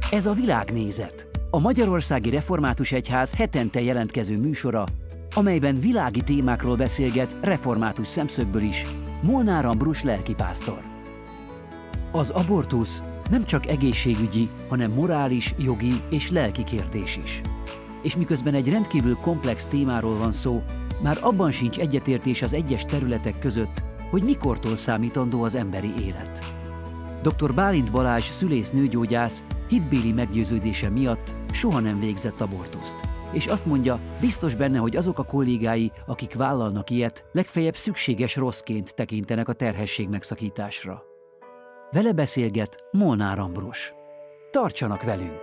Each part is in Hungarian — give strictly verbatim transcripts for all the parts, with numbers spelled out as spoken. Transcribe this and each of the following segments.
Ez a Világnézet, a Magyarországi Református Egyház hetente jelentkező műsora, amelyben világi témákról beszélget református szemszögből is Molnár Ambrus lelkipásztor. Az abortusz nem csak egészségügyi, hanem morális, jogi és lelki kérdés is. És miközben egy rendkívül komplex témáról van szó, már abban sincs egyetértés az egyes területek között, hogy mikortól számítandó az emberi élet. doktor Bálint Balázs szülész-nőgyógyász hitbéli meggyőződése miatt soha nem végzett abortuszt. És azt mondja, biztos benne, hogy azok a kollégái, akik vállalnak ilyet, legfeljebb szükséges rosszként tekintenek a terhesség megszakításra. Vele beszélget Molnár Ambrus. Tartsanak velünk!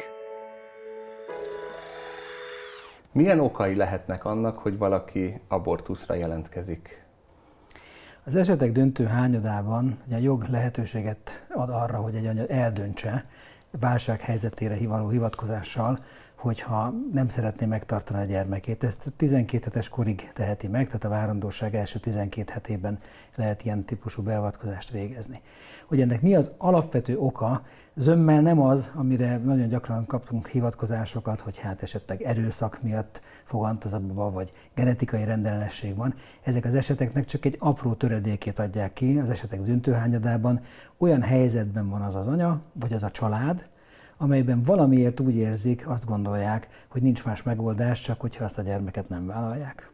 Milyen okai lehetnek annak, hogy valaki abortuszra jelentkezik? Az esetek döntő hányadában ugye a jog lehetőséget ad arra, hogy egy anya eldöntse válság helyzetére való hivatkozással, hogyha nem szeretné megtartani a gyermekét. Ezt tizenkét hetes korig teheti meg, tehát a várandóság első tizenkét hetében lehet ilyen típusú beavatkozást végezni. Hogy ennek mi az alapvető oka, zömmel nem az, amire nagyon gyakran kaptunk hivatkozásokat, hogy hát esetleg erőszak miatt fogant az a baba, vagy genetikai rendellenesség van. Ezek az eseteknek csak egy apró töredékét adják ki, az esetek döntőhányadában olyan helyzetben van az az anya, vagy az a család, amelyben valamiért úgy érzik, azt gondolják, hogy nincs más megoldás, csak hogyha azt a gyermeket nem vállalják.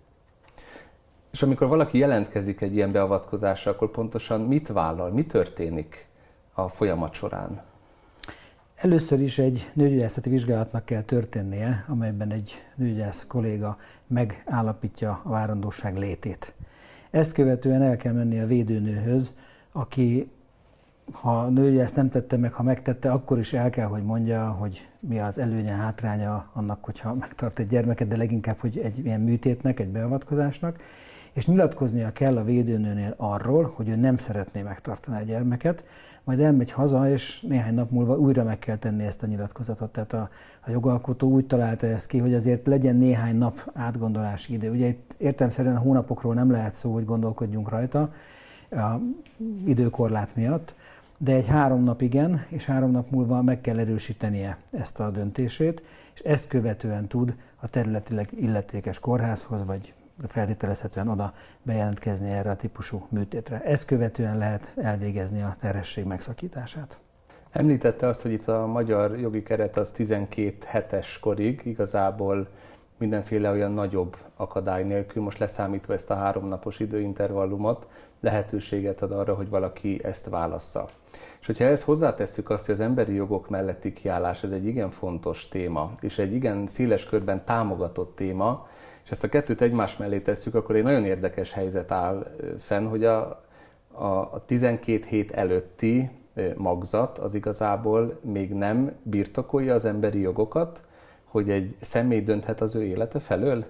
És amikor valaki jelentkezik egy ilyen beavatkozásra, akkor pontosan mit vállal, mi történik a folyamat során? Először is egy nőgyógyászati vizsgálatnak kell történnie, amelyben egy nőgyógyász kolléga megállapítja a várandóság létét. Ezt követően el kell menni a védőnőhöz, aki, ha a nőgyógyász nem tette meg, ha megtette, akkor is el kell, hogy mondja, hogy mi az előnye, hátránya annak, hogyha megtart egy gyermeket, de leginkább, hogy egy ilyen műtétnek, egy beavatkozásnak, és nyilatkoznia kell a védőnőnél arról, hogy ő nem szeretné megtartani a gyermeket, majd elmegy haza, és néhány nap múlva újra meg kell tenni ezt a nyilatkozatot. Tehát a, a jogalkotó úgy találta ezt ki, hogy azért legyen néhány nap átgondolási idő. Ugye itt értelemszerűen a hónapokról nem lehet szó, hogy gondolkodjunk rajta a időkorlát miatt, de egy három nap igen, és három nap múlva meg kell erősítenie ezt a döntését, és ezt követően tud a területileg illetékes kórházhoz, vagy feltételezhetően oda bejelentkezni erre a típusú műtétre. Ezt követően lehet elvégezni a terhesség megszakítását. Említette azt, hogy itt a magyar jogi keret az tizenkét hetes korig igazából mindenféle olyan nagyobb akadály nélkül, most leszámítva ezt a háromnapos időintervallumot, lehetőséget ad arra, hogy valaki ezt válassza. És hogyha ezt hozzátesszük azt, hogy az emberi jogok melletti kiállás, ez egy igen fontos téma, és egy igen széles körben támogatott téma, és ezt a kettőt egymás mellé tesszük, akkor egy nagyon érdekes helyzet áll fenn, hogy a, a, a tizenkét hét előtti magzat az igazából még nem birtokolja az emberi jogokat, hogy egy személy dönthet az ő élete felől?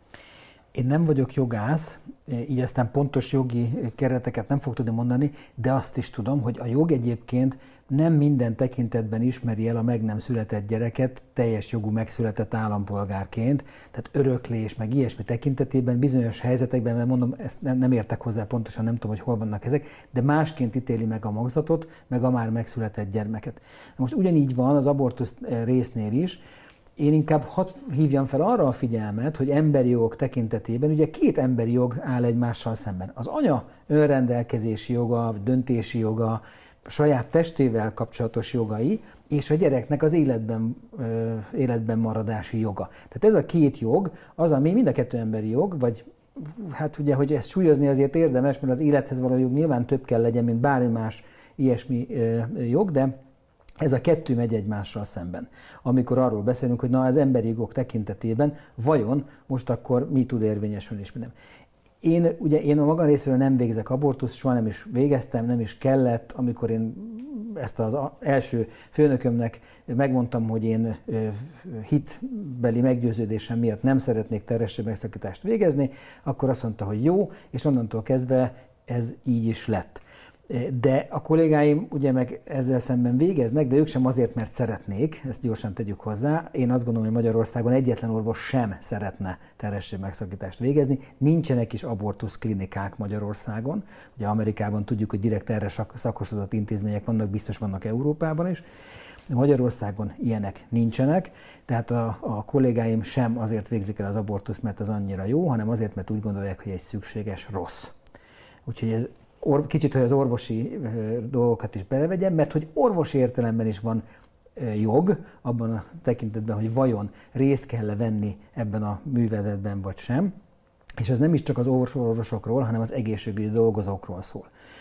Én nem vagyok jogász, így aztán pontos jogi kereteket nem fog tudni mondani, de azt is tudom, hogy a jog egyébként nem minden tekintetben ismeri el a meg nem született gyereket teljes jogú megszületett állampolgárként, tehát öröklés, meg ilyesmi tekintetében bizonyos helyzetekben, mert mondom, ezt nem, nem értek hozzá pontosan, nem tudom, hogy hol vannak ezek, de másként ítéli meg a magzatot, meg a már megszületett gyermeket. Most ugyanígy van az abortusz résznél is. Én inkább hadd hívjam fel arra a figyelmet, hogy emberi jogok tekintetében ugye két emberi jog áll egymással szemben. Az anya önrendelkezési joga, döntési joga, a saját testével kapcsolatos jogai, és a gyereknek az életben, ö, életben maradási joga. Tehát ez a két jog, az, ami mind a kettő emberi jog, vagy hát ugye, hogy ezt súlyozni azért érdemes, mert az élethez való jog nyilván több kell legyen, mint bármi más ilyesmi ö, jog, de ez a kettő megy egymással szemben. Amikor arról beszélünk, hogy na az emberi jogok tekintetében vajon most akkor mi tud érvényesülni és mi nem. Én, ugye, én a maga részéről nem végzek abortuszt, soha nem is végeztem, nem is kellett, amikor én ezt az első főnökömnek megmondtam, hogy én hitbeli meggyőződésem miatt nem szeretnék terhesség megszakítást végezni, akkor azt mondta, hogy jó, és onnantól kezdve ez így is lett. De a kollégáim ugye meg ezzel szemben végeznek, de ők sem azért, mert szeretnék, ezt gyorsan tegyük hozzá. Én azt gondolom, hogy Magyarországon egyetlen orvos sem szeretne terhesség megszakítást végezni. Nincsenek is abortusz klinikák Magyarországon. Ugye Amerikában tudjuk, hogy direkt erre szakosodott intézmények vannak, biztos vannak Európában is. De Magyarországon ilyenek nincsenek, tehát a, a kollégáim sem azért végzik el az abortuszt, mert az annyira jó, hanem azért, mert úgy gondolják, hogy egy szükséges rossz. Úgyhogy ez or, kicsit, hogy az orvosi dolgokat is belevegyem, mert hogy orvosi értelemben is van jog abban a tekintetben, hogy vajon részt kell venni ebben a műveletben, vagy sem. És ez nem is csak az orvosokról, hanem az egészségügyi dolgozókról szól.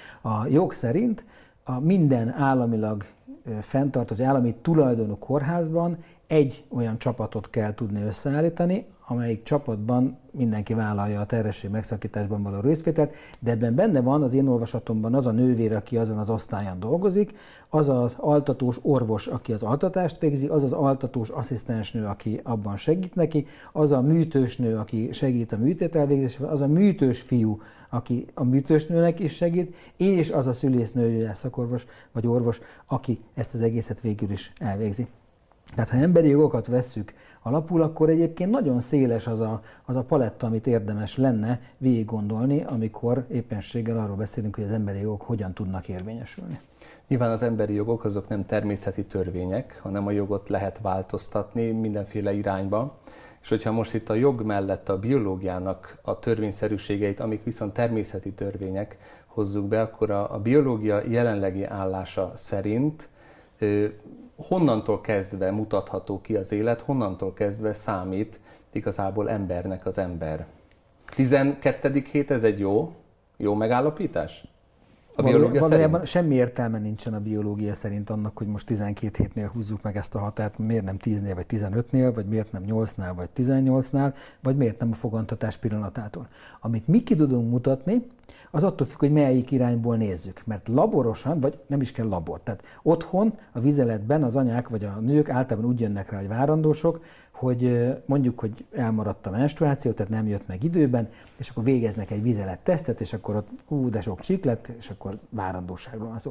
A jog szerint a minden államilag fenntartott, vagy állami tulajdonú kórházban egy olyan csapatot kell tudni összeállítani, amelyik csapatban mindenki vállalja a terhesség megszakításban való részvételt, de ebben benne van az én olvasatomban az a nővér, aki azon az osztályon dolgozik, az az altatós orvos, aki az altatást végzi, az az altatós asszisztensnő, aki abban segít neki, az a műtősnő, aki segít a műtét elvégzésében, az a műtős fiú, aki a műtősnőnek is segít, és az a szülésznő, szakorvos vagy orvos, aki ezt az egészet végül is elvégzi. Tehát ha emberi jogokat vesszük alapul, akkor egyébként nagyon széles az a, az a paletta, amit érdemes lenne végig gondolni, amikor éppenséggel arról beszélünk, hogy az emberi jogok hogyan tudnak érvényesülni. Nyilván az emberi jogok azok nem természeti törvények, hanem a jogot lehet változtatni mindenféle irányba. És hogyha most itt a jog mellett a biológiának a törvényszerűségeit, amik viszont természeti törvények hozzuk be, akkor a, a biológia jelenlegi állása szerint ö, honnantól kezdve mutatható ki az élet, honnantól kezdve számít igazából embernek az ember. tizenkettedik hét, ez egy jó, jó megállapítás? A biológia Valójában szerint? Semmi értelme nincsen a biológia szerint annak, hogy most tizenkét hétnél húzzuk meg ezt a határt, miért nem tíznél vagy tizenötnél, vagy miért nem nyolcnál vagy tizennyolcnál, vagy miért nem a fogantatás pillanatától. Amit mi ki tudunk mutatni, az attól függ, hogy melyik irányból nézzük. Mert laborosan, vagy nem is kell labor. Tehát otthon, a vizeletben az anyák vagy a nők általában úgy jönnek rá, hogy várandósok, hogy mondjuk, hogy elmaradt a menstruáció, tehát nem jött meg időben, és akkor végeznek egy vizelettesztet, és akkor ott ú, de sok csík lett, és akkor várandóságról van szó.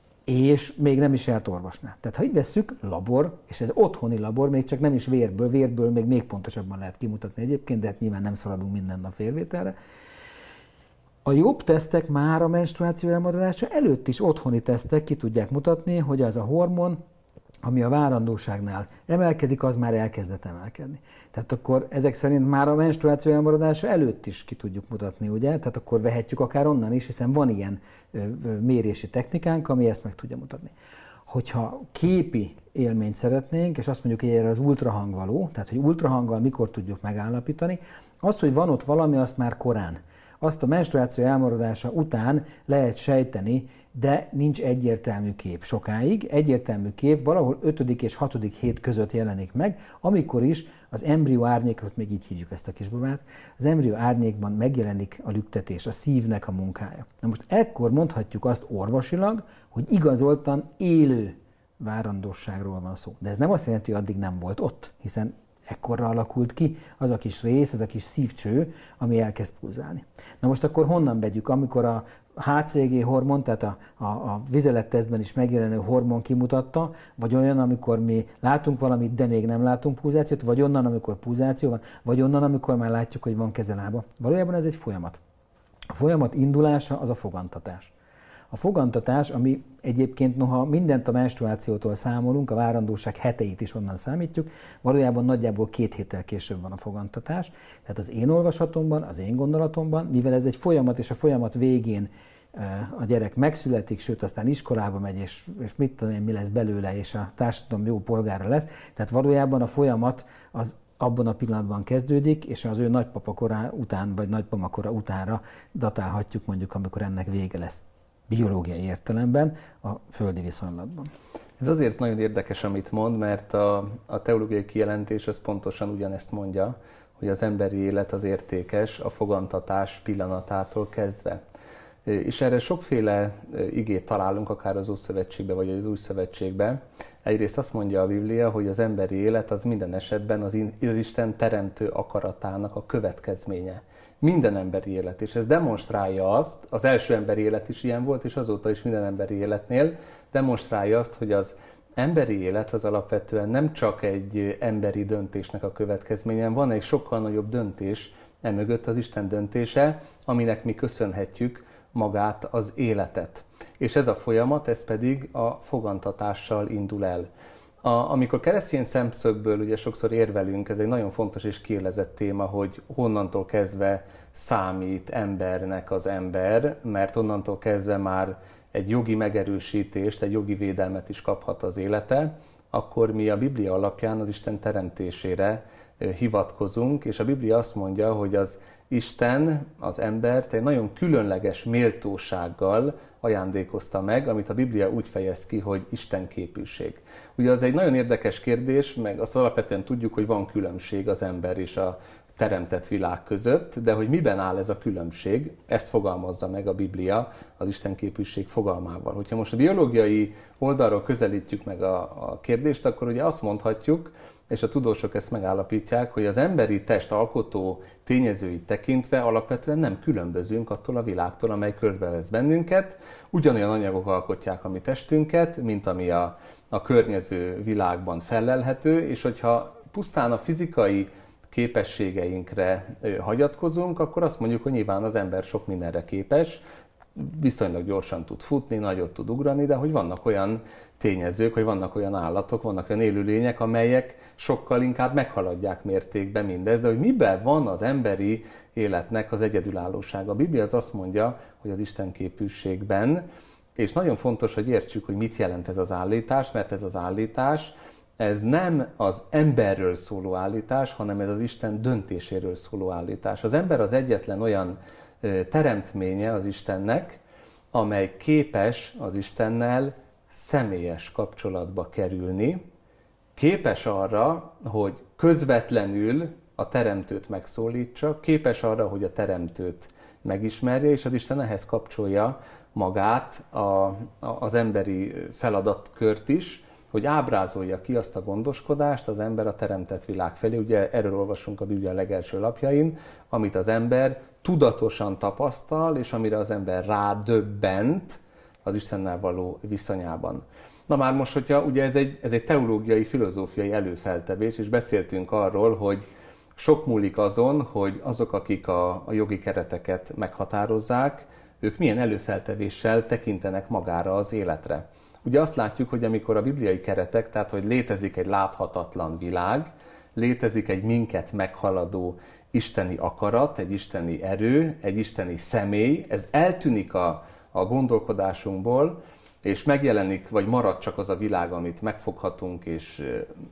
És még nem is járt orvosnál. Tehát ha így vesszük, labor, és ez otthoni labor, még csak nem is vérből, vérből még, még pontosabban lehet kimutatni egyébként, de hát nyilván nem szaladunk minden nap vérvételre. A jobb tesztek már a menstruáció elmaradása előtt is otthoni tesztek ki tudják mutatni, hogy az a hormon, ami a várandóságnál emelkedik, az már elkezdett emelkedni. Tehát akkor ezek szerint már a menstruáció elmaradása előtt is ki tudjuk mutatni, ugye? Tehát akkor vehetjük akár onnan is, hiszen van ilyen mérési technikánk, ami ezt meg tudja mutatni. Hogyha képi élményt szeretnénk, és azt mondjuk, hogy erre az ultrahang való, tehát hogy ultrahanggal mikor tudjuk megállapítani, azt, hogy van ott valami, azt már korán. Azt a menstruáció elmaradása után lehet sejteni, de nincs egyértelmű kép sokáig. Egyértelmű kép valahol ötödik és hatodik hét között jelenik meg, amikor is az embrió árnyékot, még így hívjuk ezt a kisbabát, az embrió árnyékban megjelenik a lüktetés, a szívnek a munkája. Na most ekkor mondhatjuk azt orvosilag, hogy igazoltan élő várandóságról van szó. De ez nem azt jelenti, hogy addig nem volt ott, hiszen ekkorra alakult ki az a kis rész, az a kis szívcső, ami elkezd pulzálni. Na most akkor honnan vegyük, amikor a há cé gé hormon, tehát a, a, a vizelettesztben is megjelenő hormon kimutatta, vagy olyan, amikor mi látunk valamit, de még nem látunk pulzációt, vagy onnan, amikor pulzáció van, vagy onnan, amikor már látjuk, hogy van kezelába. Valójában ez egy folyamat. A folyamat indulása az a fogantatás. A fogantatás, ami egyébként noha mindent a menstruációtól számolunk, a várandóság heteit is onnan számítjuk, valójában nagyjából két héttel később van a fogantatás. Tehát az én olvasatomban, az én gondolatomban, mivel ez egy folyamat, és a folyamat végén a gyerek megszületik, sőt aztán iskolába megy, és, és mit tudom én, mi lesz belőle, és a társadalom jó polgára lesz. Tehát valójában a folyamat az abban a pillanatban kezdődik, és az ő nagypapa korá után, vagy nagymama kora utánra datálhatjuk mondjuk, amikor ennek vége lesz. Biológiai értelemben a földi viszonylatban. Ez azért nagyon érdekes, amit mond, mert a, a teológiai kijelentés az pontosan ugyanezt mondja, hogy az emberi élet az értékes a fogantatás pillanatától kezdve. És erre sokféle igét találunk, akár az Ószövetségben vagy az Új Szövetségben. Egyrészt azt mondja a Biblia, hogy az emberi élet az minden esetben az Isten teremtő akaratának a következménye. Minden emberi élet, és ez demonstrálja azt, az első emberi élet is ilyen volt, és azóta is minden emberi életnél demonstrálja azt, hogy az emberi élet az alapvetően nem csak egy emberi döntésnek a következménye, van egy sokkal nagyobb döntés, emögött az Isten döntése, aminek mi köszönhetjük magát, az életet. És ez a folyamat, ez pedig a fogantatással indul el. A, amikor keresztény szemszögből ugye sokszor érvelünk, ez egy nagyon fontos és kiélezett téma, hogy honnantól kezdve számít embernek az ember, mert onnantól kezdve már egy jogi megerősítést, egy jogi védelmet is kaphat az élete, akkor mi a Biblia alapján az Isten teremtésére hivatkozunk, és a Biblia azt mondja, hogy az Isten az embert egy nagyon különleges méltósággal ajándékozta meg, amit a Biblia úgy fejez ki, hogy Isten képűség. Ugye az egy nagyon érdekes kérdés, meg azt alapvetően tudjuk, hogy van különbség az ember és a teremtett világ között, de hogy miben áll ez a különbség, ezt fogalmazza meg a Biblia az Isten képűség fogalmával. Hogyha most a biológiai oldalról közelítjük meg a, a kérdést, akkor ugye azt mondhatjuk, és a tudósok ezt megállapítják, hogy az emberi test alkotó tényezőit tekintve alapvetően nem különbözünk attól a világtól, amely körbevesz bennünket. Ugyanolyan anyagok alkotják a mi testünket, mint ami a, a környező világban fellelhető, és hogyha pusztán a fizikai képességeinkre hagyatkozunk, akkor azt mondjuk, hogy nyilván az ember sok mindenre képes, viszonylag gyorsan tud futni, nagyot tud ugrani, de hogy vannak olyan tényezők, hogy vannak olyan állatok, vannak olyan élőlények, amelyek sokkal inkább meghaladják mértékben mindezt, de hogy miben van az emberi életnek az egyedülállósága. A Biblia az azt mondja, hogy az Isten képűségben, és nagyon fontos, hogy értsük, hogy mit jelent ez az állítás, mert ez az állítás, ez nem az emberről szóló állítás, hanem ez az Isten döntéséről szóló állítás. Az ember az egyetlen olyan teremtménye az Istennek, amely képes az Istennel személyes kapcsolatba kerülni, képes arra, hogy közvetlenül a teremtőt megszólítsa, képes arra, hogy a teremtőt megismerje, és az Isten ehhez kapcsolja magát, a, a, az emberi feladatkört is, hogy ábrázolja ki azt a gondoskodást az ember a teremtett világ felé. Ugye erről olvasunk a Biblia legelső lapjain, amit az ember tudatosan tapasztal, és amire az ember rádöbbent az Istennel való viszonyában. Na már most, hogyha ugye ez egy, ez egy teológiai, filozófiai előfeltevés, és beszéltünk arról, hogy sok múlik azon, hogy azok, akik a, a jogi kereteket meghatározzák, ők milyen előfeltevéssel tekintenek magára az életre. Ugye azt látjuk, hogy amikor a bibliai keretek, tehát hogy létezik egy láthatatlan világ, létezik egy minket meghaladó isteni akarat, egy isteni erő, egy isteni személy, ez eltűnik a, a gondolkodásunkból, és megjelenik, vagy marad csak az a világ, amit megfoghatunk és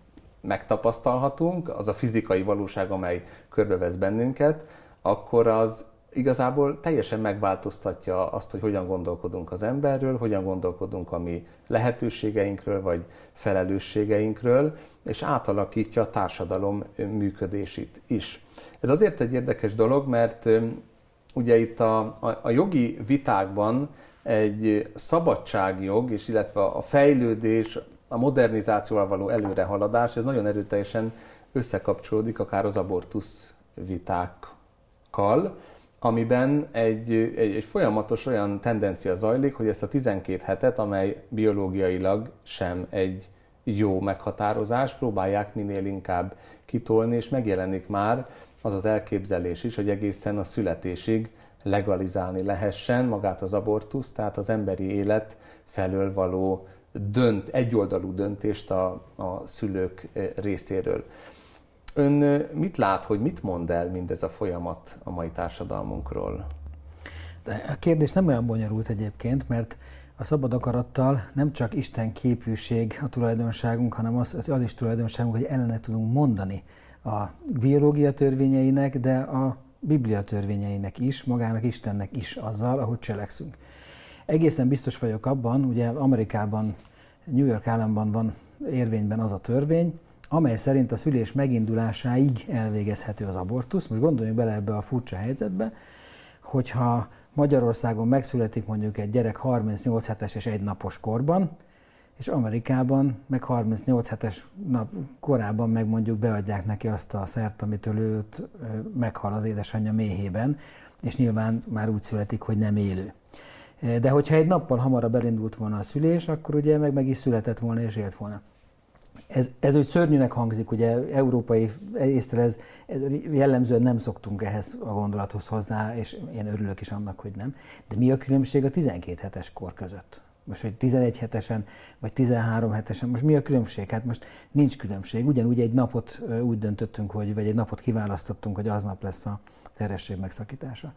megtapasztalhatunk, az a fizikai valóság, amely körbevesz bennünket, akkor az igazából teljesen megváltoztatja azt, hogy hogyan gondolkodunk az emberről, hogyan gondolkodunk a mi lehetőségeinkről, vagy felelősségeinkről, és átalakítja a társadalom működését is. Ez azért egy érdekes dolog, mert ugye itt a, a, a jogi vitákban egy szabadságjog, és illetve a fejlődés, a modernizációval való előrehaladás, ez nagyon erőteljesen összekapcsolódik akár az abortusz vitákkal, amiben egy, egy, egy folyamatos olyan tendencia zajlik, hogy ezt a tizenkét hetet, amely biológiailag sem egy jó meghatározás, próbálják minél inkább kitolni, és megjelenik már az az elképzelés is, hogy egészen a születésig legalizálni lehessen magát az abortuszt, tehát az emberi élet felől való dönt, egyoldalú döntést a, a szülők részéről. Ön mit lát, hogy mit mond el mindez a folyamat a mai társadalmunkról? De a kérdés nem olyan bonyolult egyébként, mert a szabad akarattal nem csak Isten képűség a tulajdonságunk, hanem az, az is tulajdonságunk, hogy ellene tudunk mondani a biológia törvényeinek, de a Biblia törvényeinek is, magának Istennek is azzal, ahogy cselekszünk. Egészen biztos vagyok abban, ugye Amerikában, New York államban van érvényben az a törvény, amely szerint a szülés megindulásáig elvégezhető az abortusz. Most gondoljunk bele ebbe a furcsa helyzetbe, hogyha Magyarországon megszületik mondjuk egy gyerek harmincnyolc hetes és egy napos korban, és Amerikában meg harmincnyolc hetes nap korában meg mondjuk beadják neki azt a szert, amitől őt meghal az édesanyja méhében, és nyilván már úgy születik, hogy nem élő. De hogyha egy nappal hamarabb elindult volna a szülés, akkor ugye meg, meg is született volna és élt volna. Ez, ez úgy szörnyűnek hangzik, ugye európai észre ez, ez jellemzően nem szoktunk ehhez a gondolathoz hozzá, és én örülök is annak, hogy nem. De mi a különbség a tizenkét hetes kor között? Most, hogy tizenegy hetesen, vagy tizenhárom hetesen, most mi a különbség? Hát most nincs különbség. Ugyanúgy egy napot úgy döntöttünk, hogy, vagy egy napot kiválasztottunk, hogy aznap lesz a terhesség megszakítása.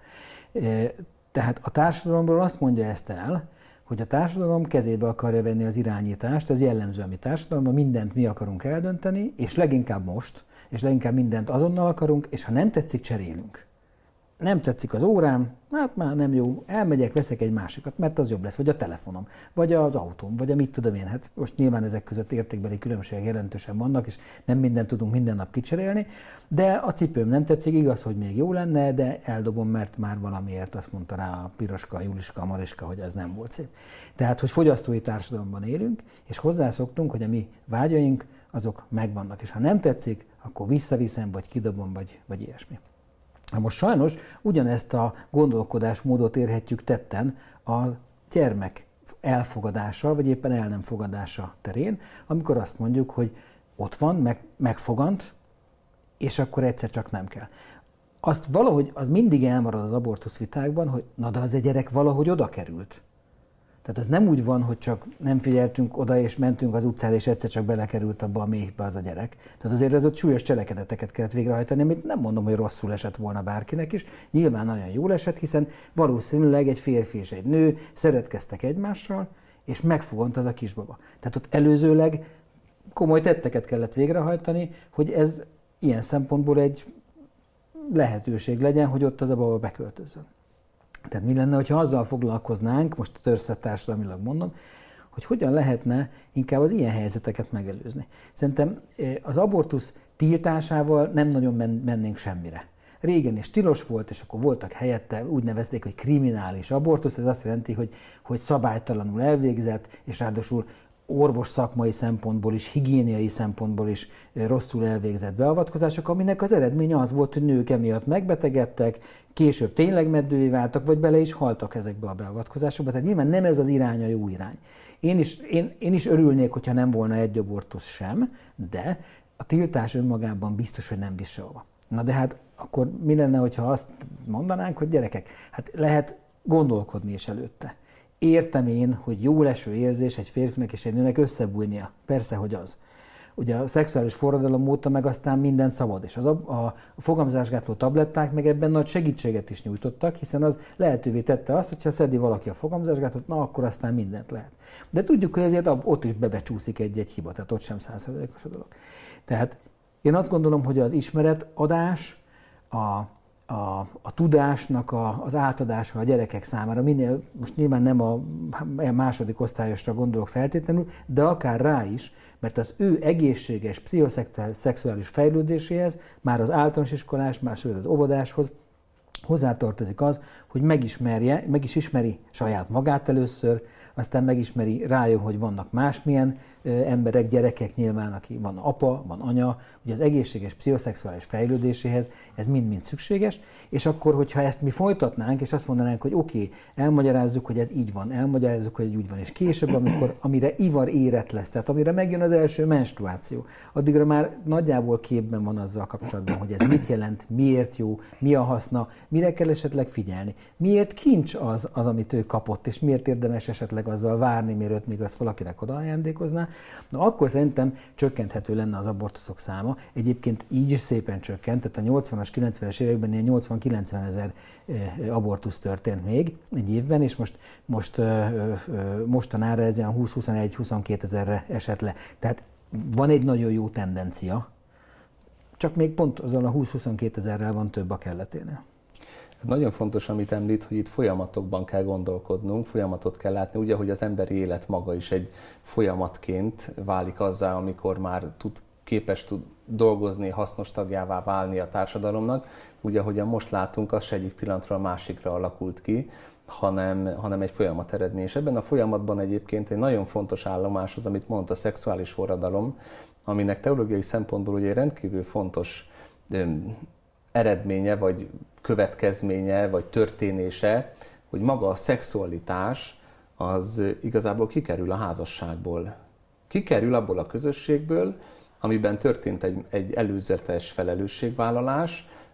Tehát a társadalomról azt mondja ezt el, hogy a társadalom kezébe akarja venni az irányítást, az jellemző a mi társadalomban, mindent mi akarunk eldönteni, és leginkább most, és leginkább mindent azonnal akarunk, és ha nem tetszik, cserélünk. Nem tetszik az órám, hát már nem jó, elmegyek, veszek egy másikat, mert az jobb lesz, vagy a telefonom, vagy az autóm, vagy a mit tudom én. Hát most nyilván ezek között értékbeli különbségek jelentősen vannak, és nem mindent tudunk minden nap kicserélni, de a cipőm nem tetszik, igaz, hogy még jó lenne, de eldobom, mert már valamiért azt mondta rá a Piroska, a Juliska, a Mariska, hogy ez nem volt szép. Tehát, hogy fogyasztói társadalomban élünk, és hozzászoktunk, hogy a mi vágyaink, azok megvannak, és ha nem tetszik, akkor visszaviszem, vagy kidobom, vagy, vagy ilyesmi. Na most sajnos ugyanezt a gondolkodásmódot érhetjük tetten a gyermek elfogadása, vagy éppen el nem fogadása terén, amikor azt mondjuk, hogy ott van, meg, megfogant, és akkor egyszer csak nem kell. Azt valahogy, az mindig elmarad az abortusz vitákban, hogy na de az egy gyerek valahogy oda került. Tehát ez nem úgy van, hogy csak nem figyeltünk oda, és mentünk az utcára, és egyszer csak belekerült abba a méhbe az a gyerek. Tehát azért az ott súlyos cselekedeteket kellett végrehajtani, amit nem mondom, hogy rosszul esett volna bárkinek is. Nyilván nagyon jól esett, hiszen valószínűleg egy férfi és egy nő szeretkeztek egymással, és megfogant az a kisbaba. Tehát ott előzőleg komoly tetteket kellett végrehajtani, hogy ez ilyen szempontból egy lehetőség legyen, hogy ott az a baba beköltözzön. Tehát mi lenne, hogyha azzal foglalkoznánk, most törzsztársadalmilag mondom, hogy hogyan lehetne inkább az ilyen helyzeteket megelőzni. Szerintem az abortusz tiltásával nem nagyon mennénk semmire. Régen is tilos volt, és akkor voltak helyette, úgy nevezték, hogy kriminális abortusz, ez azt jelenti, hogy, hogy szabálytalanul elvégzett, és ráadásul orvos szakmai szempontból is, higiéniai szempontból is rosszul elvégzett beavatkozások, aminek az eredménye az volt, hogy nők emiatt megbetegedtek, később tényleg meddővé váltak, vagy bele is haltak ezekbe a beavatkozásokba. Tehát nyilván nem ez az irány a jó irány. Én is, én, én is örülnék, hogyha nem volna egy abortusz sem, de a tiltás önmagában biztos, hogy nem visz sehova. Na de hát akkor mi lenne, hogyha azt mondanánk, hogy gyerekek, hát lehet gondolkodni is előtte. Értem én, hogy jó leső érzés egy férfinek és egy nőnek összebújnia. Persze, hogy az. Ugye a szexuális forradalom óta meg aztán minden szabad, és az a, a, a fogamzásgátló tabletták meg ebben nagy segítséget is nyújtottak, hiszen az lehetővé tette azt, hogyha szedi valaki a fogamzásgátlót, na akkor aztán mindent lehet. De tudjuk, hogy azért ott is bebecsúszik egy-egy hiba, tehát ott sem száz százalékos a dolog. Tehát én azt gondolom, hogy az ismeretadás, a A, a tudásnak a, az átadása a gyerekek számára, minél, most nyilván nem a második osztályosra gondolok feltétlenül, de akár rá is, mert az ő egészséges pszichoszexuális fejlődéséhez, már az általános iskolás, már sőt az óvodáshoz hozzátartozik az, hogy megismerje, meg is ismeri saját magát először, aztán megismeri, rájön, hogy vannak másmilyen emberek, gyerekek nyilván, aki van apa, van anya, ugye az egészséges pszichoszexuális fejlődéséhez ez mind-mind szükséges, és akkor, hogyha ezt mi folytatnánk, és azt mondanánk, hogy oké, okay, elmagyarázzuk, hogy ez így van, elmagyarázzuk, hogy úgy van, és később, amikor, amire ivar érett lesz, tehát amire megjön az első menstruáció, addigra már nagyjából képben van azzal kapcsolatban, hogy ez mit jelent, miért jó, mi a haszna, mire kell esetleg figyelni, miért kincs az, az amit ő kapott, és miért érdemes esetleg azzal várni, mielőtt még azt valakinek oda ajándékozná. Na akkor szerintem csökkenthető lenne az abortuszok száma. Egyébként így is szépen csökkent, tehát a nyolcvanas, kilencvenes években ilyen nyolcvan-kilencven ezer abortusz történt még egy évben, és most, most mostanára ez olyan húsz-huszonegy-huszonkettő ezerre esett le. Tehát van egy nagyon jó tendencia, csak még pont azon a húsz-huszonkettő ezerrel van több a kelleténél. Nagyon fontos, amit említ, hogy itt folyamatokban kell gondolkodnunk, folyamatot kell látni, ugye, hogy az emberi élet maga is egy folyamatként válik azzá, amikor már tud, képes tud dolgozni, hasznos tagjává válni a társadalomnak. Ugye, ahogyan most látunk, az se egyik pillanatról a másikra alakult ki, hanem, hanem egy folyamat eredmény. És ebben a folyamatban egyébként egy nagyon fontos állomás az, amit mondta, a szexuális forradalom, aminek teológiai szempontból ugye rendkívül fontos eredménye, vagy következménye, vagy történése, hogy maga a szexualitás az igazából kikerül a házasságból. Kikerül abból a közösségből, amiben történt egy, egy előzetes felelősségvállalás,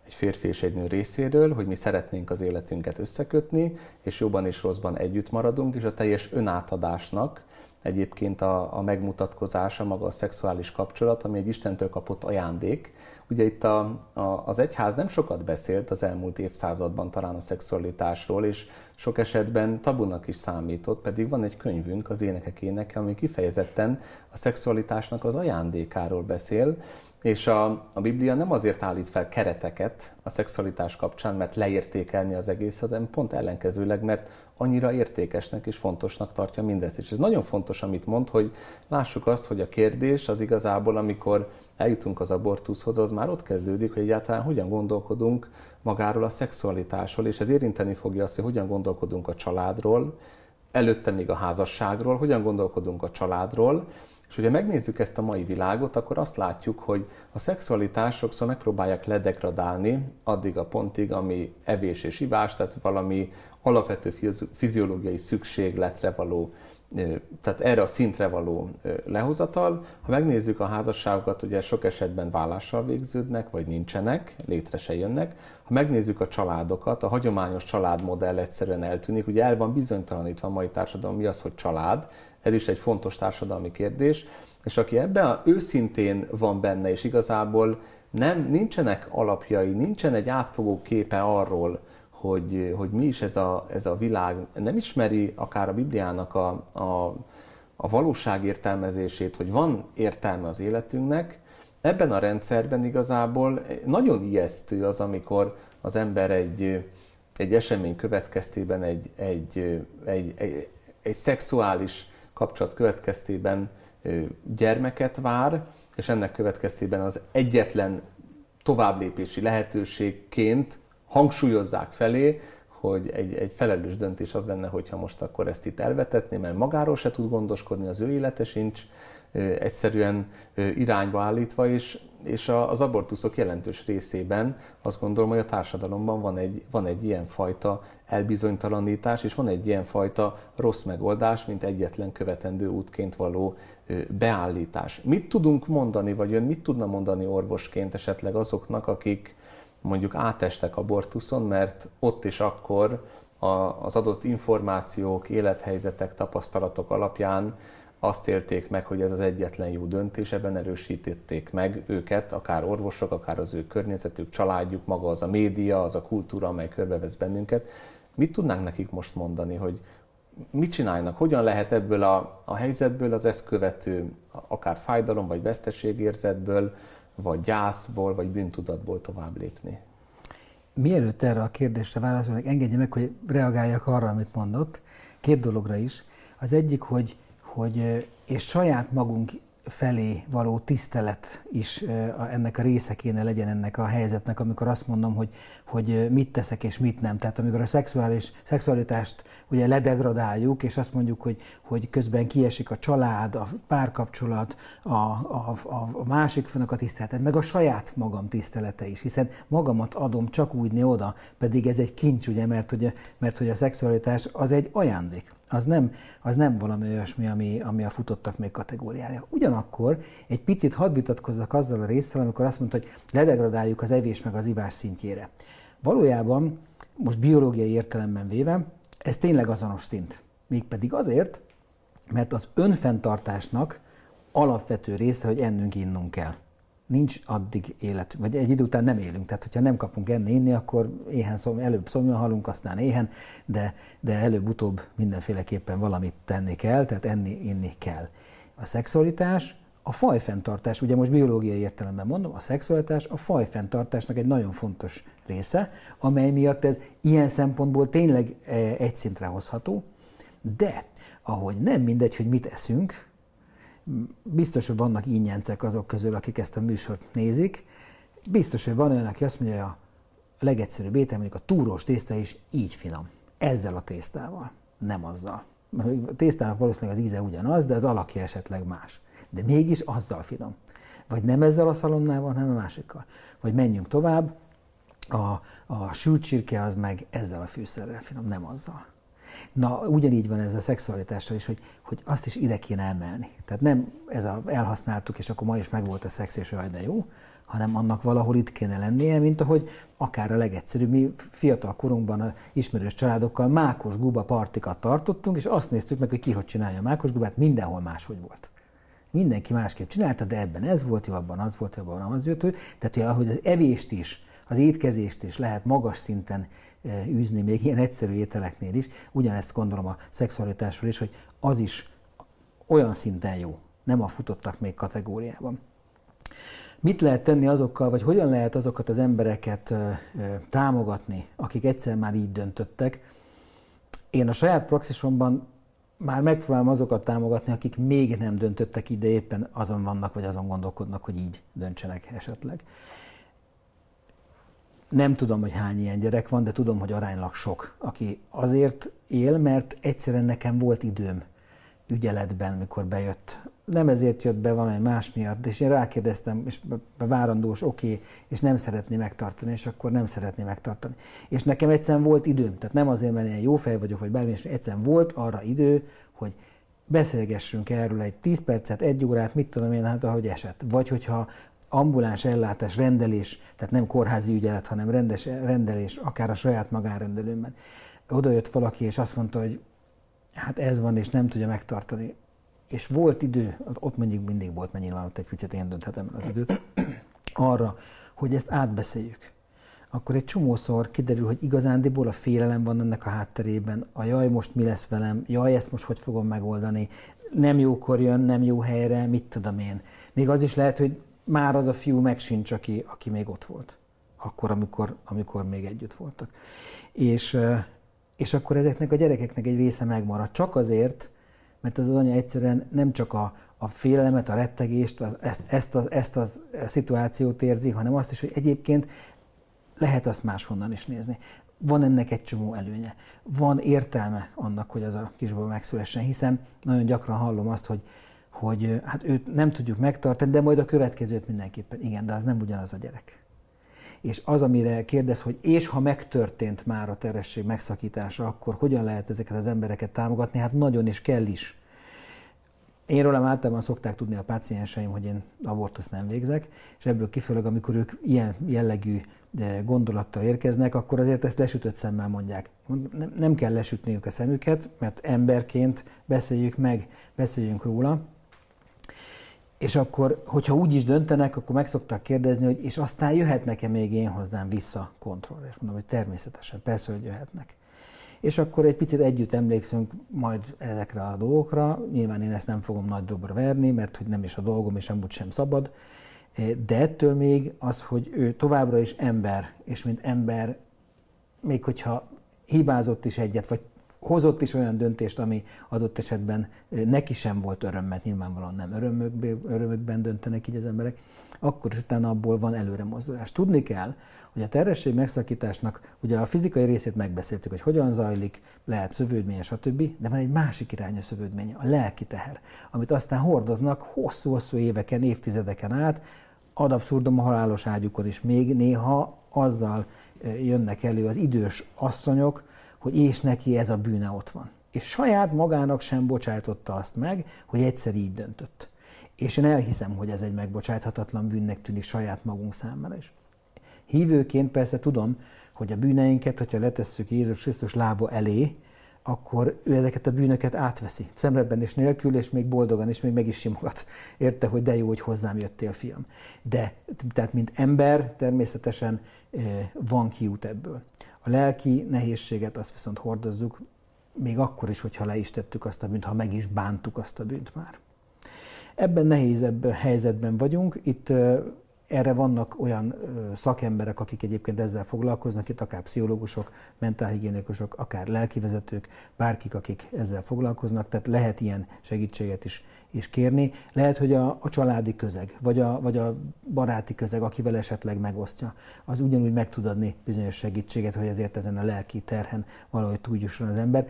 egy férfi és egy nő részéről, hogy mi szeretnénk az életünket összekötni, és jobban és rosszban együtt maradunk, és a teljes önátadásnak egyébként a, a megmutatkozása, maga a szexuális kapcsolat, ami egy Istentől kapott ajándék. Ugye itt a, a, az egyház nem sokat beszélt az elmúlt évszázadban talán a szexualitásról, és sok esetben tabunak is számított, pedig van egy könyvünk, az Énekek éneke, ami kifejezetten a szexualitásnak az ajándékáról beszél, és a, a Biblia nem azért állít fel kereteket a szexualitás kapcsán, mert leértékelni az egészet, hanem pont ellenkezőleg, mert annyira értékesnek és fontosnak tartja mindezt. És ez nagyon fontos, amit mond, hogy lássuk azt, hogy a kérdés az igazából, amikor eljutunk az abortuszhoz, az már ott kezdődik, hogy egyáltalán hogyan gondolkodunk magáról a szexualitásról, és ez érinteni fogja azt, hogy hogyan gondolkodunk a családról, előtte még a házasságról, hogyan gondolkodunk a családról. És hogyha megnézzük ezt a mai világot, akkor azt látjuk, hogy a szexualitás sokszor megpróbálják ledegradálni addig a pontig, ami evés és ivás, tehát valami alapvető fiziológiai szükségletre való, tehát erre a szintre való lehozatal. Ha megnézzük a házasságokat, ugye sok esetben vállással végződnek, vagy nincsenek, létre se jönnek. Ha megnézzük a családokat, a hagyományos családmodell egyszerűen eltűnik, ugye el van bizonytalanítva a mai társadalom, mi az, hogy család. Ez is egy fontos társadalmi kérdés, és aki ebben őszintén van benne, és igazából nem, nincsenek alapjai, nincsen egy átfogó képe arról, hogy, hogy mi is ez a, ez a világ, nem ismeri akár a Bibliának a, a, a valóság értelmezését, hogy van értelme az életünknek, ebben a rendszerben igazából nagyon ijesztő az, amikor az ember egy, egy esemény következtében egy, egy, egy, egy, egy szexuális kapcsolat következtében gyermeket vár, és ennek következtében az egyetlen továbblépési lehetőségként hangsúlyozzák felé, hogy egy, egy felelős döntés az lenne, hogyha most akkor ezt itt elvetetné, mert magáról se tud gondoskodni, az ő élete sincs egyszerűen irányba állítva, és, és az abortuszok jelentős részében azt gondolom, hogy a társadalomban van egy, van egy ilyen fajta elbizonytalanítás, és van egy ilyen fajta rossz megoldás, mint egyetlen követendő útként való beállítás. Mit tudunk mondani, vagy ön mit tudna mondani orvosként esetleg azoknak, akik mondjuk átestek abortuszon, mert ott és akkor az adott információk, élethelyzetek, tapasztalatok alapján azt élték meg, hogy ez az egyetlen jó döntés, ebben erősítették meg őket, akár orvosok, akár az ő környezetük, családjuk, maga az a média, az a kultúra, amely körbevesz bennünket. Mit tudnánk nekik most mondani, hogy mit csinálnak, hogyan lehet ebből a, a helyzetből, az ezt követő akár fájdalom, vagy veszteségérzetből, vagy gyászból, vagy bűntudatból tovább lépni? Mielőtt erre a kérdésre válaszolnak, engedje meg, hogy reagáljak arra, amit mondott. Két dologra is. Az egyik, hogy, hogy és saját magunk felé való tisztelet is ennek a része kéne legyen ennek a helyzetnek, amikor azt mondom, hogy, hogy mit teszek és mit nem. Tehát amikor a szexuális, szexualitást ugye ledegradáljuk, és azt mondjuk, hogy, hogy közben kiesik a család, a párkapcsolat, a, a, a másik főnök a tiszteletet, meg a saját magam tisztelete is, hiszen magamat adom csak úgy oda, pedig ez egy kincs, ugye, mert, ugye, mert hogy a szexualitás az egy ajándék. Az nem, az nem valami olyasmi, ami, ami a futottak még kategóriája. Ugyanakkor egy picit hadd vitatkozzak azzal a résszel, amikor azt mondta, hogy ledegradáljuk az evés meg az ivás szintjére. Valójában, most biológiai értelemben véve, ez tényleg azonos szint. Mégpedig azért, mert az önfenntartásnak alapvető része, hogy ennünk, innunk kell. Nincs addig élet, vagy egy idő után nem élünk. Tehát, hogyha nem kapunk enni, inni, akkor éhen szom, előbb szomjan halunk, aztán éhen, de, de előbb-utóbb mindenféleképpen valamit tenni kell, tehát enni, inni kell. A szexualitás, a fajfenntartás, ugye most biológiai értelemben mondom, a szexualitás a fajfenntartásnak egy nagyon fontos része, amely miatt ez ilyen szempontból tényleg egy szintre hozható, de ahogy nem mindegy, hogy mit eszünk, biztos, hogy vannak ínyencek azok közül, akik ezt a műsort nézik. Biztos, hogy van olyan, aki azt mondja, hogy a legegyszerűbb étel, mondjuk a túrós tészta is így finom. Ezzel a tésztával, nem azzal. A tésztának valószínűleg az íze ugyanaz, de az alakja esetleg más. De mégis azzal finom. Vagy nem ezzel a szalonnával, hanem a másikkal. Vagy menjünk tovább, a, a sült csirke az meg ezzel a fűszerrel finom, nem azzal. Na, ugyanígy van ez a szexualitással is, hogy, hogy azt is ide kéne emelni. Tehát nem ez a elhasználtuk, és akkor ma is megvolt a szex, és jaj, de jó, hanem annak valahol itt kéne lennie, mint ahogy akár a legegyszerűbb. Mi fiatal korunkban az ismerős családokkal mákos guba partikat tartottunk, és azt néztük meg, hogy ki hogy csinálja a mákos gubát, mindenhol máshogy volt. Mindenki másképp csinálta, de ebben ez volt jó, abban az volt jó, abban az jött. Tehát, hogy az evést is, az étkezést is lehet magas szinten űzni, még ilyen egyszerű ételeknél is. Ugyanezt gondolom a szexualitásról is, hogy az is olyan szinten jó, nem a futottak még kategóriában. Mit lehet tenni azokkal, vagy hogyan lehet azokat az embereket támogatni, akik egyszer már így döntöttek? Én a saját praxisomban már megpróbálom azokat támogatni, akik még nem döntöttek így, de éppen azon vannak, vagy azon gondolkodnak, hogy így döntsenek esetleg. Nem tudom, hogy hány ilyen gyerek van, de tudom, hogy aránylag sok, aki azért él, mert egyszerűen nekem volt időm ügyeletben, mikor bejött. Nem ezért jött be valami más miatt, és én rákérdeztem, és várandós, oké, okay, és nem szeretné megtartani, és akkor nem szeretné megtartani. És nekem egyszerűen volt időm, tehát nem azért, mert én jó fej vagyok, vagy bármi, és egyszerűen volt arra idő, hogy beszélgessünk erről egy tíz percet, egy órát, mit tudom én, hát ahogy esett. Vagy hogyha ambuláns ellátás, rendelés, tehát nem kórházi ügyelet, hanem rendes, rendelés, akár a saját magánrendelőmben. Oda jött valaki, és azt mondta, hogy hát ez van, és nem tudja megtartani. És volt idő, ott mondjuk mindig volt, mert nyilván ott egy picit én dönthetem el az időt, arra, hogy ezt átbeszéljük. Akkor egy csomószor kiderül, hogy igazándiból a félelem van ennek a hátterében, a jaj, most mi lesz velem, jaj, ezt most hogy fogom megoldani, nem jókor jön, nem jó helyre, mit tudom én. Még az is lehet, hogy már az a fiú meg sincs, aki, aki még ott volt, akkor, amikor, amikor még együtt voltak. És, és akkor ezeknek a gyerekeknek egy része megmarad. Csak azért, mert az anya egyszerűen nem csak a, a félelmet, a rettegést, az, ezt, ezt, az, ezt az a szituációt érzi, hanem azt is, hogy egyébként lehet azt máshonnan is nézni. Van ennek egy csomó előnye. Van értelme annak, hogy az a kisbaba megszülessen, hiszen nagyon gyakran hallom azt, hogy hogy hát őt nem tudjuk megtartani, de majd a következőt mindenképpen. Igen, de az nem ugyanaz a gyerek. És az, amire kérdez, hogy és ha megtörtént már a terhesség megszakítása, akkor hogyan lehet ezeket az embereket támogatni? Hát nagyon is kell is. Én rólam általában szokták tudni a pácienseim, hogy én abortuszt nem végzek, és ebből kifolyólag, amikor ők ilyen jellegű gondolattal érkeznek, akkor azért ezt lesütött szemmel mondják. Nem, nem kell lesütniük a szemüket, mert emberként beszéljük meg, beszéljünk róla. És akkor, hogyha úgy is döntenek, akkor meg szokták kérdezni, hogy és aztán jöhetnek-e még én hozzám vissza kontrollra? És mondom, hogy természetesen, persze, hogy jöhetnek. És akkor egy picit együtt emlékszünk majd ezekre a dolgokra. Nyilván én ezt nem fogom nagy dobra verni, mert hogy nem is a dolgom, és amúgy sem szabad. De ettől még az, hogy ő továbbra is ember, és mint ember, még hogyha hibázott is egyet, vagy hozott is olyan döntést, ami adott esetben neki sem volt öröm, mert nyilvánvalóan nem örömökben, örömökben döntenek így az emberek, akkor is utána abból van előre mozdulás. Tudni kell, hogy a terhesség megszakításnak, ugye a fizikai részét megbeszéltük, hogy hogyan zajlik, lehet szövődménye, stb., de van egy másik irányú szövődménye, a lelki teher, amit aztán hordoznak hosszú-hosszú éveken, évtizedeken át, ad abszurdum a halálos ágyukon is még néha azzal jönnek elő az idős asszonyok, hogy és neki ez a bűne ott van. És saját magának sem bocsájtotta azt meg, hogy egyszer így döntött. És én elhiszem, hogy ez egy megbocsáthatatlan bűnnek tűnik saját magunk számára is. Hívőként persze tudom, hogy a bűneinket, hogyha letesszük Jézus Krisztus lába elé, akkor ő ezeket a bűnöket átveszi. Szemredben és nélkül, és még boldogan, és még meg is simogat. Érte, hogy de jó, hogy hozzám jöttél, fiam. De, tehát mint ember természetesen van kiút ebből. A lelki nehézséget azt viszont hordozzuk, még akkor is, hogyha le is tettük azt a bűnt, ha meg is bántuk azt a bűnt már. Ebben nehézebb helyzetben vagyunk. Itt erre vannak olyan szakemberek, akik egyébként ezzel foglalkoznak, itt akár pszichológusok, mentálhigiénikusok, akár lelkivezetők, bárkik, akik ezzel foglalkoznak, tehát lehet ilyen segítséget is, is kérni. Lehet, hogy a, a családi közeg, vagy a, vagy a baráti közeg, akivel esetleg megosztja, az ugyanúgy meg tud adni bizonyos segítséget, hogy ezért ezen a lelki terhen valahogy túljusson az ember,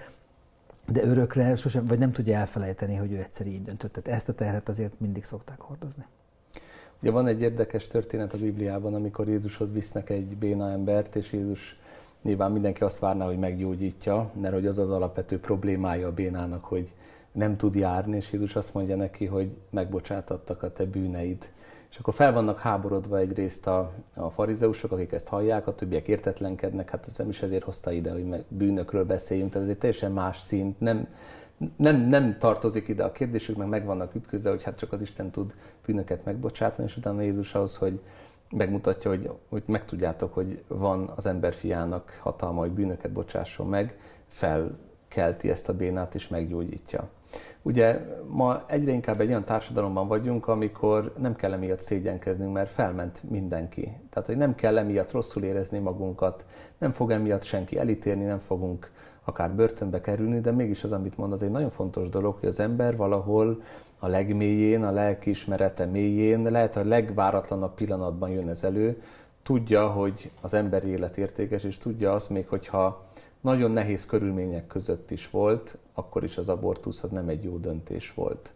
de örökre sosem, vagy nem tudja elfelejteni, hogy ő egyszer így döntött. Tehát ezt a terhet azért mindig szokták hordozni. Ugye van egy érdekes történet a Bibliában, amikor Jézushoz visznek egy béna embert, és Jézus nyilván mindenki azt várná, hogy meggyógyítja, mert hogy az az alapvető problémája a bénának, hogy nem tud járni, és Jézus azt mondja neki, hogy megbocsátattak a te bűneid. És akkor fel vannak háborodva egyrészt a, a farizeusok, akik ezt hallják, a többiek értetlenkednek, hát az nem is ezért hozta ide, hogy meg bűnökről beszéljünk, tehát ez egy teljesen más szint, nem, nem, nem tartozik ide a kérdésük, meg meg vannak ütközve, hogy hát csak az Isten tud bűnöket megbocsátani, és utána Jézus ahhoz, hogy megmutatja, hogy, hogy megtudjátok, hogy van az emberfiának hatalma, hogy bűnöket bocsásson meg, felkelti ezt a bénát és meggyógyítja. Ugye ma egyre inkább egy olyan társadalomban vagyunk, amikor nem kell emiatt szégyenkeznünk, mert felment mindenki. Tehát, hogy nem kell emiatt rosszul érezni magunkat, nem fog emiatt senki elítélni, nem fogunk akár börtönbe kerülni, de mégis az, amit mond, az egy nagyon fontos dolog, hogy az ember valahol a legmélyén, a lelkiismerete mélyén, lehet, hogy a legváratlanabb pillanatban jön ez elő, tudja, hogy az emberi élet értékes, és tudja azt még, hogyha nagyon nehéz körülmények között is volt, akkor is az abortusz az nem egy jó döntés volt.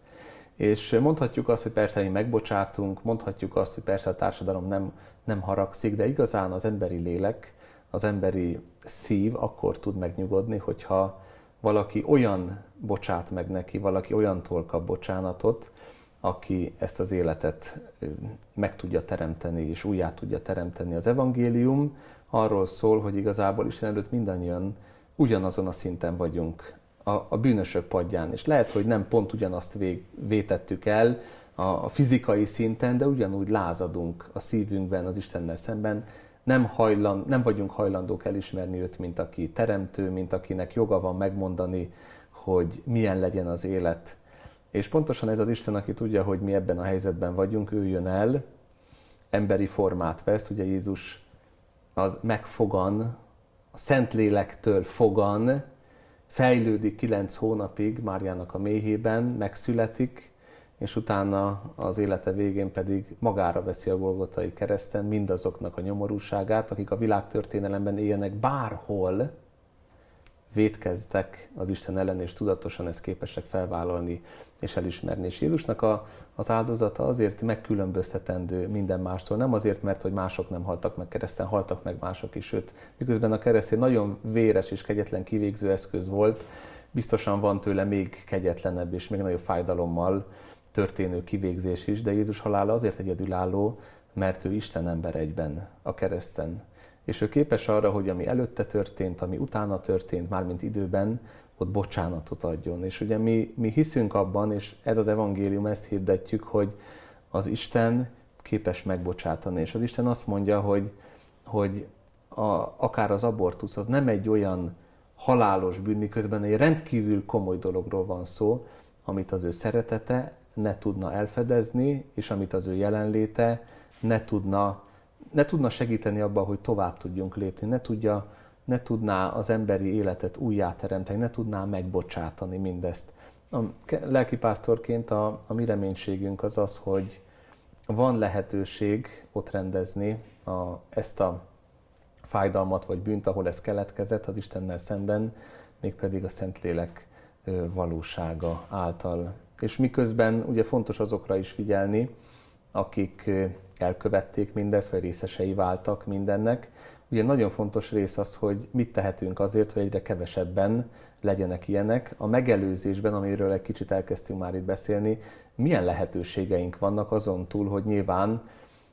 És mondhatjuk azt, hogy persze mi megbocsátunk, mondhatjuk azt, hogy persze a társadalom nem, nem haragszik, de igazán az emberi lélek, az emberi szív akkor tud megnyugodni, hogyha valaki olyan bocsát meg neki, valaki olyantól kap bocsánatot, aki ezt az életet meg tudja teremteni, és újjá tudja teremteni. Az evangélium arról szól, hogy igazából Isten előtt mindannyian ugyanazon a szinten vagyunk, a, a bűnösök padján. És lehet, hogy nem pont ugyanazt vég, vétettük el a, a fizikai szinten, de ugyanúgy lázadunk a szívünkben az Istennel szemben. Nem, hajlan, nem vagyunk hajlandók elismerni őt, mint aki teremtő, mint akinek joga van megmondani, hogy milyen legyen az élet. És pontosan ez az Isten, aki tudja, hogy mi ebben a helyzetben vagyunk, ő jön el, emberi formát vesz, ugye Jézus az megfogan, a Szentlélektől fogan, fejlődik kilenc hónapig Máriának a méhében, megszületik, és utána az élete végén pedig magára veszi a Golgotai kereszten mindazoknak a nyomorúságát, akik a világtörténelemben éljenek bárhol, vétkeztek az Isten ellen, és tudatosan ezt képesek felvállalni és elismerni. És Jézusnak a, az áldozata azért megkülönböztetendő minden mástól, nem azért, mert hogy mások nem haltak meg kereszten, haltak meg mások is, sőt, miközben a kereszt egy nagyon véres és kegyetlen kivégző eszköz volt, biztosan van tőle még kegyetlenebb és még nagyobb fájdalommal történő kivégzés is, de Jézus halála azért egyedülálló, mert ő Isten ember egyben a kereszten. És ő képes arra, hogy ami előtte történt, ami utána történt, mármint időben, ott bocsánatot adjon. És ugye mi, mi hiszünk abban, és ez az evangélium, ezt hirdetjük, hogy az Isten képes megbocsátani. És az Isten azt mondja, hogy, hogy a, akár az abortusz az nem egy olyan halálos bűn, miközben egy rendkívül komoly dologról van szó, amit az ő szeretete ne tudna elfedezni, és amit az ő jelenléte ne tudna, ne tudna segíteni abban, hogy tovább tudjunk lépni, ne, tudja, ne tudná az emberi életet újjáteremteni, ne tudná megbocsátani mindezt. A lelkipásztorként a, a mi reménységünk az az, hogy van lehetőség ott rendezni a, ezt a fájdalmat vagy bűnt, ahol ez keletkezett az Istennel szemben, mégpedig a Szentlélek valósága által. És miközben ugye fontos azokra is figyelni, akik elkövették mindezt, vagy részesei váltak mindennek. Ugye nagyon fontos rész az, hogy mit tehetünk azért, hogy egyre kevesebben legyenek ilyenek. A megelőzésben, amiről egy kicsit elkezdtünk már itt beszélni, milyen lehetőségeink vannak azon túl, hogy nyilván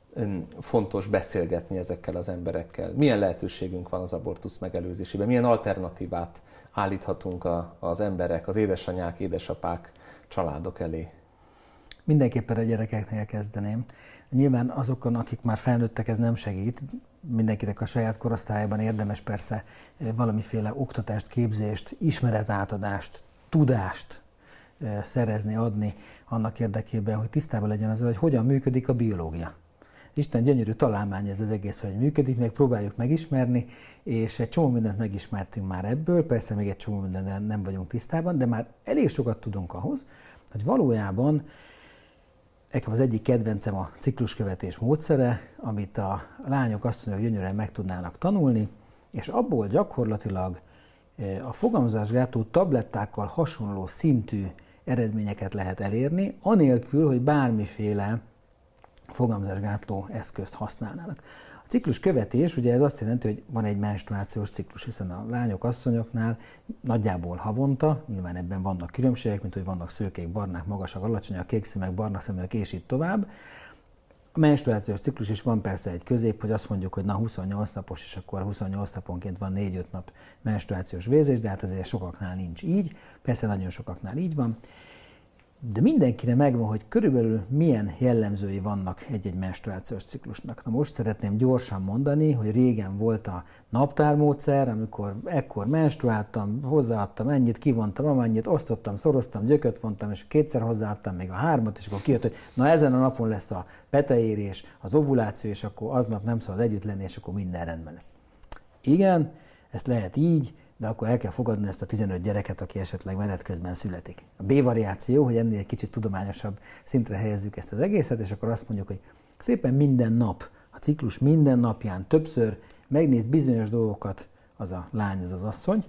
fontos beszélgetni ezekkel az emberekkel. Milyen lehetőségünk van az abortusz megelőzésében, milyen alternatívát állíthatunk a, az emberek, az édesanyák, édesapák, családok elé? Mindenképpen a gyerekeknél kezdeném. Nyilván azokon, akik már felnőttek, ez nem segít. Mindenkinek a saját korosztályában érdemes persze valamiféle oktatást, képzést, ismeretátadást, tudást szerezni, adni annak érdekében, hogy tisztában legyen azzal, hogy hogyan működik a biológia. Isten gyönyörű találmány ez az egész, hogy működik, meg próbáljuk megismerni, és egy csomó mindent megismertünk már ebből, persze még egy csomó mindent nem vagyunk tisztában, de már elég sokat tudunk ahhoz, hogy valójában nekem az egyik kedvencem a cikluskövetés módszere, amit a lányok azt mondják, hogy gyönyörűen meg tudnának tanulni, és abból gyakorlatilag a fogamzásgátló tablettákkal hasonló szintű eredményeket lehet elérni, anélkül, hogy bármiféle fogamzásgátló eszközt használnának. A ciklus követés, ugye ez azt jelenti, hogy van egy menstruációs ciklus, hiszen a lányok, asszonyoknál nagyjából havonta, nyilván ebben vannak különbségek, mint hogy vannak szőkék, barnák, magasak, alacsonyak, kék szemek, barna szemek, és így tovább. A menstruációs ciklus is van persze egy közép, hogy azt mondjuk, hogy na huszonnyolc napos, és akkor huszonnyolc naponként van négy-öt nap menstruációs vérzés, de hát azért sokaknál nincs így, persze nagyon sokaknál így van. De mindenkire megvan, hogy körülbelül milyen jellemzői vannak egy-egy menstruációs ciklusnak. Na most szeretném gyorsan mondani, hogy régen volt a naptármódszer, amikor ekkor menstruáltam, hozzáadtam ennyit, kivontam amennyit, osztottam, szoroztam, gyököt vontam, és kétszer hozzáadtam még a hármat, és akkor kijött, hogy na ezen a napon lesz a peteérés, az ovuláció, és akkor aznap nem szabad együtt lenni, és akkor minden rendben lesz. Igen, ezt lehet így, de akkor el kell fogadni ezt a tizenöt gyereket, aki esetleg menet közben születik. A B-variáció, hogy ennél egy kicsit tudományosabb szintre helyezzük ezt az egészet, és akkor azt mondjuk, hogy szépen minden nap, a ciklus minden napján többször megnéz bizonyos dolgokat az a lány, az az asszony.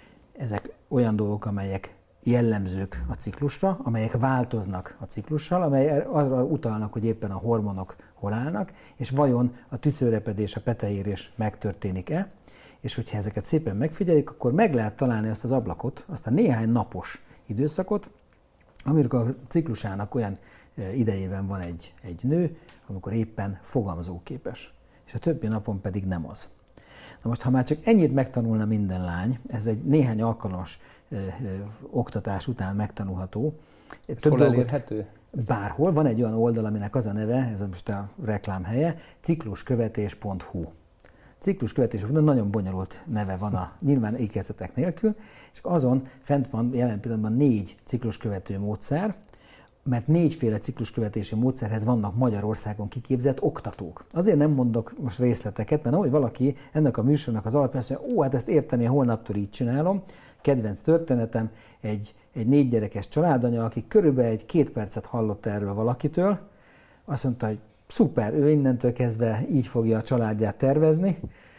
Ezek olyan dolgok, amelyek jellemzők a ciklusra, amelyek változnak a ciklussal, amelyek arra utalnak, hogy éppen a hormonok hol állnak, és vajon a tüszőrepedés, a peteérés megtörténik-e. És hogyha ezeket szépen megfigyeljük, akkor meg lehet találni azt az ablakot, azt a néhány napos időszakot, amikor a ciklusának olyan idejében van egy, egy nő, amikor éppen fogamzóképes, és a többi napon pedig nem az. Na most, ha már csak ennyit megtanulna minden lány, ez egy néhány alkalmas ö, ö, oktatás után megtanulható. Hol elérhető? Bárhol. Van egy olyan oldal, aminek az a neve, ez most a reklám helye, cikluskövetés pont hu. Cikluskövetés, nagyon bonyolult neve van a nyilván ékeztetek nélkül, és azon fent van jelen pillanatban négy cikluskövető módszer, mert négyféle cikluskövetési módszerhez vannak Magyarországon kiképzett oktatók. Azért nem mondok most részleteket, mert ahogy valaki ennek a műsornak az alapján azt mondja, ó, hát ezt értem, én holnaptól így csinálom. Kedvenc történetem, egy, egy négy gyerekes családanya, aki körülbelül egy két percet hallott erről valakitől, azt mondta, hogy szuper, ő innentől kezdve így fogja a családját tervezni,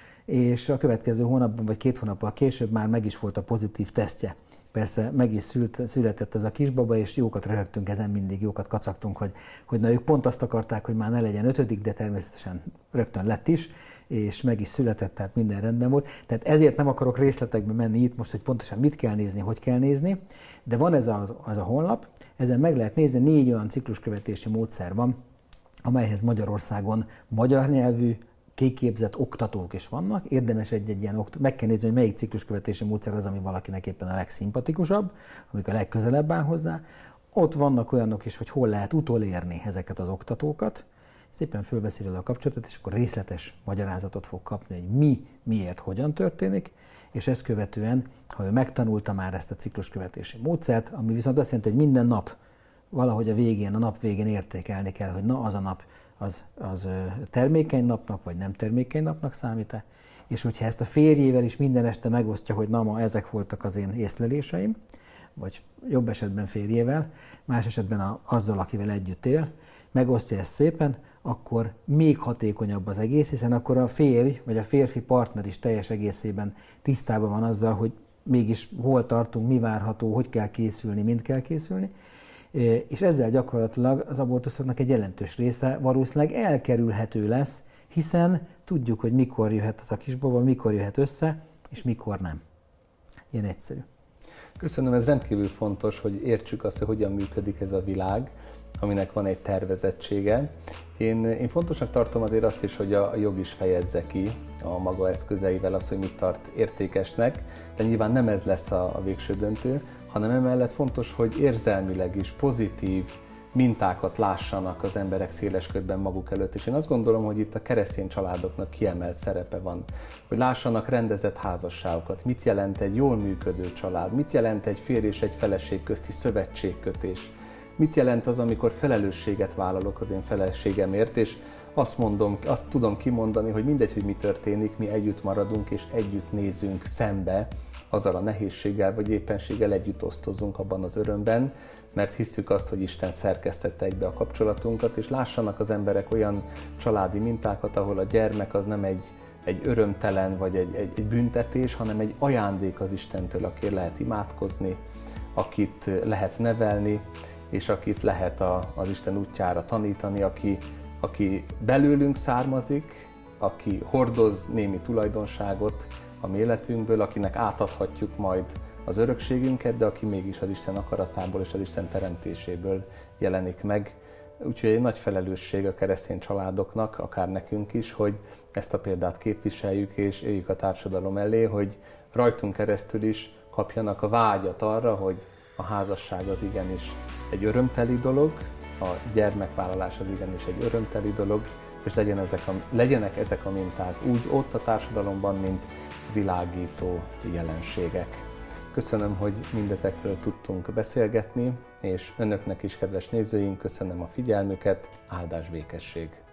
és a következő hónapban vagy két hónappal később már meg is volt a pozitív tesztje. Persze meg is szült, született ez a kisbaba, és jókat röhögtünk ezen, mindig jókat kacagtunk, hogy, hogy na ők pont azt akarták, hogy már ne legyen ötödik, de természetesen rögtön lett is, és meg is született, tehát minden rendben volt. Tehát ezért nem akarok részletekbe menni itt most, hogy pontosan mit kell nézni, hogy kell nézni, de van ez a, az a honlap, ezen meg lehet nézni, négy olyan cikluskövetési módszer van, amelyhez Magyarországon magyar nyelvű, kiképzett oktatók is vannak. Érdemes egy-egy ilyen oktató, meg kell nézni, hogy melyik cikluskövetési módszer az, ami valakinek éppen a legszimpatikusabb, amik a legközelebb áll hozzá. Ott vannak olyanok is, hogy hol lehet utolérni ezeket az oktatókat. Szépen fölveszi vele a kapcsolatot, és akkor részletes magyarázatot fog kapni, hogy mi, miért, hogyan történik, és ezt követően, ha ő megtanulta már ezt a cikluskövetési módszert, ami viszont azt jelenti, hogy minden nap valahogy a végén, a nap végén értékelni kell, hogy na az a nap az, az termékeny napnak, vagy nem termékeny napnak számít-e, és hogyha ezt a férjével is minden este megosztja, hogy na ma ezek voltak az én észleléseim, vagy jobb esetben férjével, más esetben a, azzal, akivel együtt él, megosztja ezt szépen, akkor még hatékonyabb az egész, hiszen akkor a férj vagy a férfi partner is teljes egészében tisztában van azzal, hogy mégis hol tartunk, mi várható, hogy kell készülni, mind kell készülni, és ezzel gyakorlatilag az abortuszoknak egy jelentős része valószínűleg elkerülhető lesz, hiszen tudjuk, hogy mikor jöhet az a kisbaba, mikor jöhet össze, és mikor nem. Ilyen egyszerű. Köszönöm, ez rendkívül fontos, hogy értsük azt, hogy hogyan működik ez a világ, aminek van egy tervezettsége. Én, én fontosnak tartom azért azt is, hogy a, a jog is fejezze ki a maga eszközeivel azt, hogy mit tart értékesnek, de nyilván nem ez lesz a, a végső döntő, hanem emellett fontos, hogy érzelmileg is pozitív mintákat lássanak az emberek széles körben maguk előtt. És én azt gondolom, hogy itt a keresztény családoknak kiemelt szerepe van, hogy lássanak rendezett házasságokat, mit jelent egy jól működő család, mit jelent egy férj és egy feleség közti szövetségkötés, mit jelent az, amikor felelősséget vállalok az én feleségemért, és azt mondom, azt tudom kimondani, hogy mindegy, hogy mi történik, mi együtt maradunk és együtt nézünk szembe azzal a nehézséggel vagy éppenséggel együtt osztozunk abban az örömben, mert hisszük azt, hogy Isten szerkesztette egybe a kapcsolatunkat, és lássanak az emberek olyan családi mintákat, ahol a gyermek az nem egy, egy örömtelen vagy egy, egy, egy büntetés, hanem egy ajándék az Istentől, akit lehet imádkozni, akit lehet nevelni, és akit lehet a, az Isten útjára tanítani, aki, aki belőlünk származik, aki hordoz némi tulajdonságot a mi életünkből, akinek átadhatjuk majd az örökségünket, de aki mégis az Isten akaratából és az Isten teremtéséből jelenik meg. Úgyhogy egy nagy felelősség a keresztény családoknak, akár nekünk is, hogy ezt a példát képviseljük és éljük a társadalom elé, hogy rajtunk keresztül is kapjanak a vágyat arra, hogy a házasság az igenis egy örömteli dolog, a gyermekvállalás az igenis egy örömteli dolog, és legyen ezek a, legyenek ezek a minták úgy ott a társadalomban, mint világító jelenségek. Köszönöm, hogy mindezekről tudtunk beszélgetni, és önöknek is, kedves nézőink, köszönöm a figyelmüket, áldás békesség!